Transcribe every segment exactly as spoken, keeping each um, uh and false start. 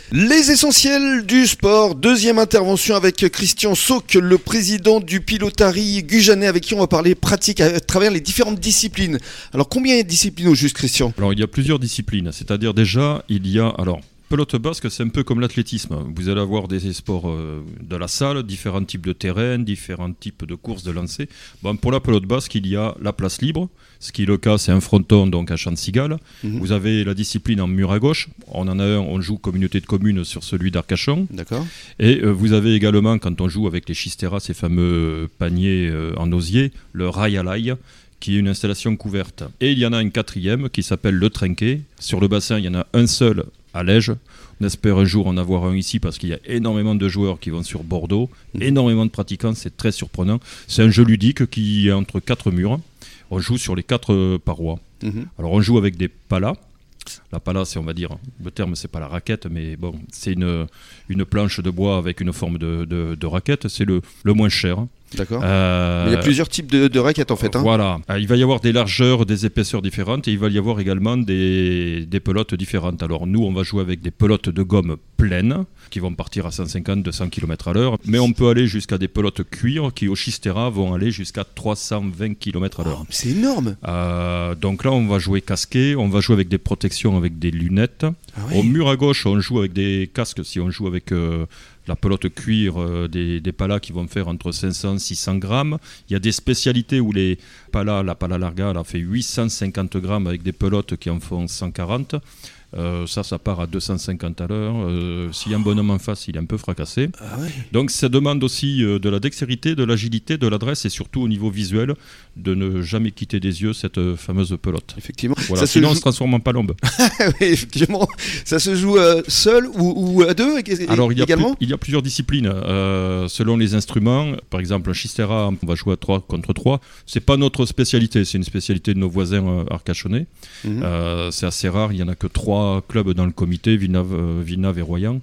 Les essentiels du sport, deuxième intervention avec Christian Sauque, le président du Pilotari Gujanais, avec qui on va parler pratique à travers les différentes disciplines. Alors combien de disciplines au juste, Christian ? Alors il y a plusieurs disciplines, c'est-à-dire déjà il y a... alors pelote basque, c'est un peu comme l'athlétisme. Vous allez avoir des sports euh, de la salle, différents types de terrains, différents types de courses, de lancers. Bon, pour la pelote basque, il y a la place libre, ce qui est le cas, c'est un fronton, donc à Champ-de-Cigale. Mmh. Vous avez la discipline en mur à gauche. On en a un, on joue communauté de communes sur celui d'Arcachon. D'accord. Et euh, vous avez également, quand on joue avec les Chistera, ces fameux paniers euh, en osier, le rail à l'ail, qui est une installation couverte. Et il y en a un quatrième qui s'appelle le trinquet. Sur le bassin, il y en a un seul à Lège. On espère un jour en avoir un ici parce qu'il y a énormément de joueurs qui vont sur Bordeaux, mmh. énormément de pratiquants, c'est très surprenant. C'est un jeu ludique qui est entre quatre murs. On joue sur les quatre parois. Mmh. Alors on joue avec des palas. La pala, c'est, on va dire, le terme, c'est pas la raquette, mais bon, c'est une, une planche de bois avec une forme de, de, de raquette. C'est le, le moins cher. D'accord. Euh, Mais il y a plusieurs types de, de raquettes en fait. Hein. Voilà. Il va y avoir des largeurs, des épaisseurs différentes et il va y avoir également des, des pelotes différentes. Alors nous, on va jouer avec des pelotes de gomme pleines qui vont partir à cent cinquante à deux cents kilomètres à l'heure. Mais on peut aller jusqu'à des pelotes cuir qui au Chistera vont aller jusqu'à trois cent vingt kilomètres à l'heure. Oh, c'est énorme. Euh, donc là, on va jouer casqué, on va jouer avec des protections, avec des lunettes. Ah oui. Au mur à gauche, on joue avec des casques si on joue avec... Euh, la pelote cuir euh, des, des palas qui vont faire entre cinq cents et six cents grammes. Il y a des spécialités où les palas, la pala larga, elle a fait huit cent cinquante grammes avec des pelotes qui en font cent quarante. Euh, ça, ça part à deux cent cinquante à l'heure. Euh, S'il y a un bonhomme en face, il est un peu fracassé. Ah ouais. Donc ça demande aussi euh, de la dextérité, de l'agilité, de l'adresse et surtout au niveau visuel de ne jamais quitter des yeux cette euh, fameuse pelote. Effectivement. Voilà. Ça Sinon, se on joue... se transforme en palombe. Oui, effectivement. Ça se joue euh, seul ou, ou à deux Alors, il y a également plus, il y a plusieurs disciplines euh, selon les instruments. Par exemple, un Chistera, on va jouer à trois contre trois. C'est pas notre spécialité, c'est une spécialité de nos voisins euh, arcachonnais. Mm-hmm. Euh, c'est assez rare, il y en a que trois clubs dans le comité, Villeneuve, euh, Villeneuve et Royan.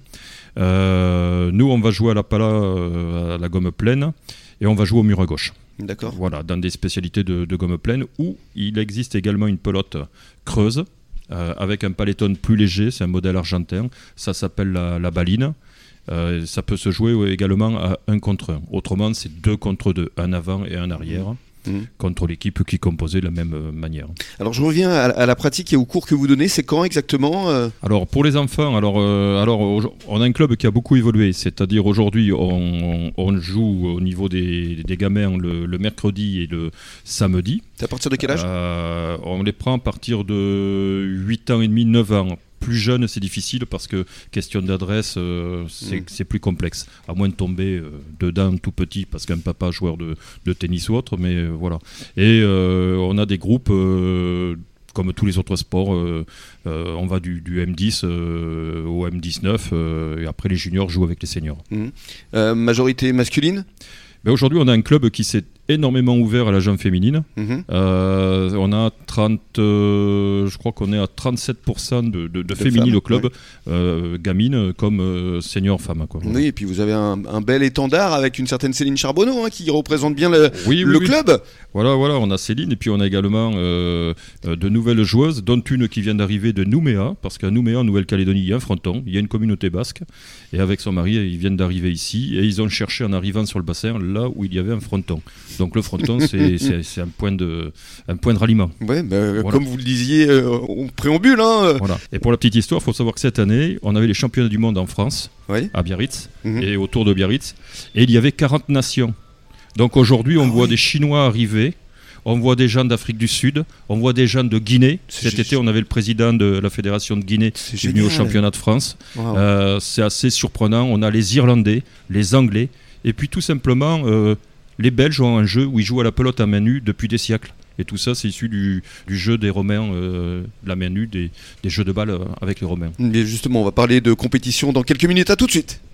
Euh, nous, on va jouer à la pala, euh, à la gomme pleine, et on va jouer au mur à gauche. D'accord. Voilà, dans des spécialités de, de gomme pleine, où il existe également une pelote creuse, euh, avec un paletone plus léger, c'est un modèle argentin, ça s'appelle la, la baline. Euh, ça peut se jouer également à un contre un. Autrement, c'est deux contre deux, un avant et un arrière. Mmh. Mmh. Contre l'équipe qui est composée de la même euh, manière. Alors je reviens à, à la pratique et au cours que vous donnez, c'est quand exactement euh... Alors pour les enfants, alors, euh, alors on a un club qui a beaucoup évolué, c'est-à-dire aujourd'hui on, on joue au niveau des, des gamins le, le mercredi et le samedi. C'est à partir de quel âge euh, On les prend à partir de huit ans et demi, neuf ans. Plus jeune, c'est difficile parce que question d'adresse, euh, c'est, mmh. c'est plus complexe. À moins de tomber euh, dedans tout petit parce qu'un papa joueur de, de tennis ou autre, mais euh, voilà. Et euh, on a des groupes, euh, comme tous les autres sports, euh, euh, on va du, du M dix euh, au M dix-neuf, euh, et après les juniors jouent avec les seniors. Mmh. Euh, majorité masculine ? Ben aujourd'hui, on a un club qui s'est énormément ouvert à la jambe féminine. Mmh. Euh, on a trente, euh, je crois qu'on est à trente-sept pour cent de, de, de, de féminines au club, ouais. euh, gamines comme euh, seniors femmes. Quoi. Oui, et puis vous avez un, un bel étendard avec une certaine Céline Charbonneau hein, qui représente bien le, oui, le oui, club. Oui. Voilà, voilà, on a Céline et puis on a également euh, de nouvelles joueuses, dont une qui vient d'arriver de Nouméa, parce qu'à Nouméa, en Nouvelle-Calédonie, il y a un fronton, il y a une communauté basque, et avec son mari, ils viennent d'arriver ici, et ils ont cherché en arrivant sur le bassin là où il y avait un fronton. Donc le fronton, c'est, c'est, c'est un, point de, un point de ralliement. Ouais, bah, voilà. Comme vous le disiez euh, en préambule. Hein. Voilà. Et pour la petite histoire, il faut savoir que cette année, on avait les championnats du monde en France, oui. à Biarritz, mmh. et autour de Biarritz, et il y avait quarante nations. Donc aujourd'hui, on ah, voit oui. des Chinois arriver, on voit des gens d'Afrique du Sud, on voit des gens de Guinée. C'est Cet g- été, on avait le président de la Fédération de Guinée c'est qui est venu au championnat de France. Wow. Euh, c'est assez surprenant. On a les Irlandais, les Anglais, et puis tout simplement, euh, les Belges ont un jeu où ils jouent à la pelote à main nue depuis des siècles. Et tout ça, c'est issu du, du jeu des Romains, euh, la main nue, des, des jeux de balle avec les Romains. Mais justement, on va parler de compétition dans quelques minutes. À tout de suite.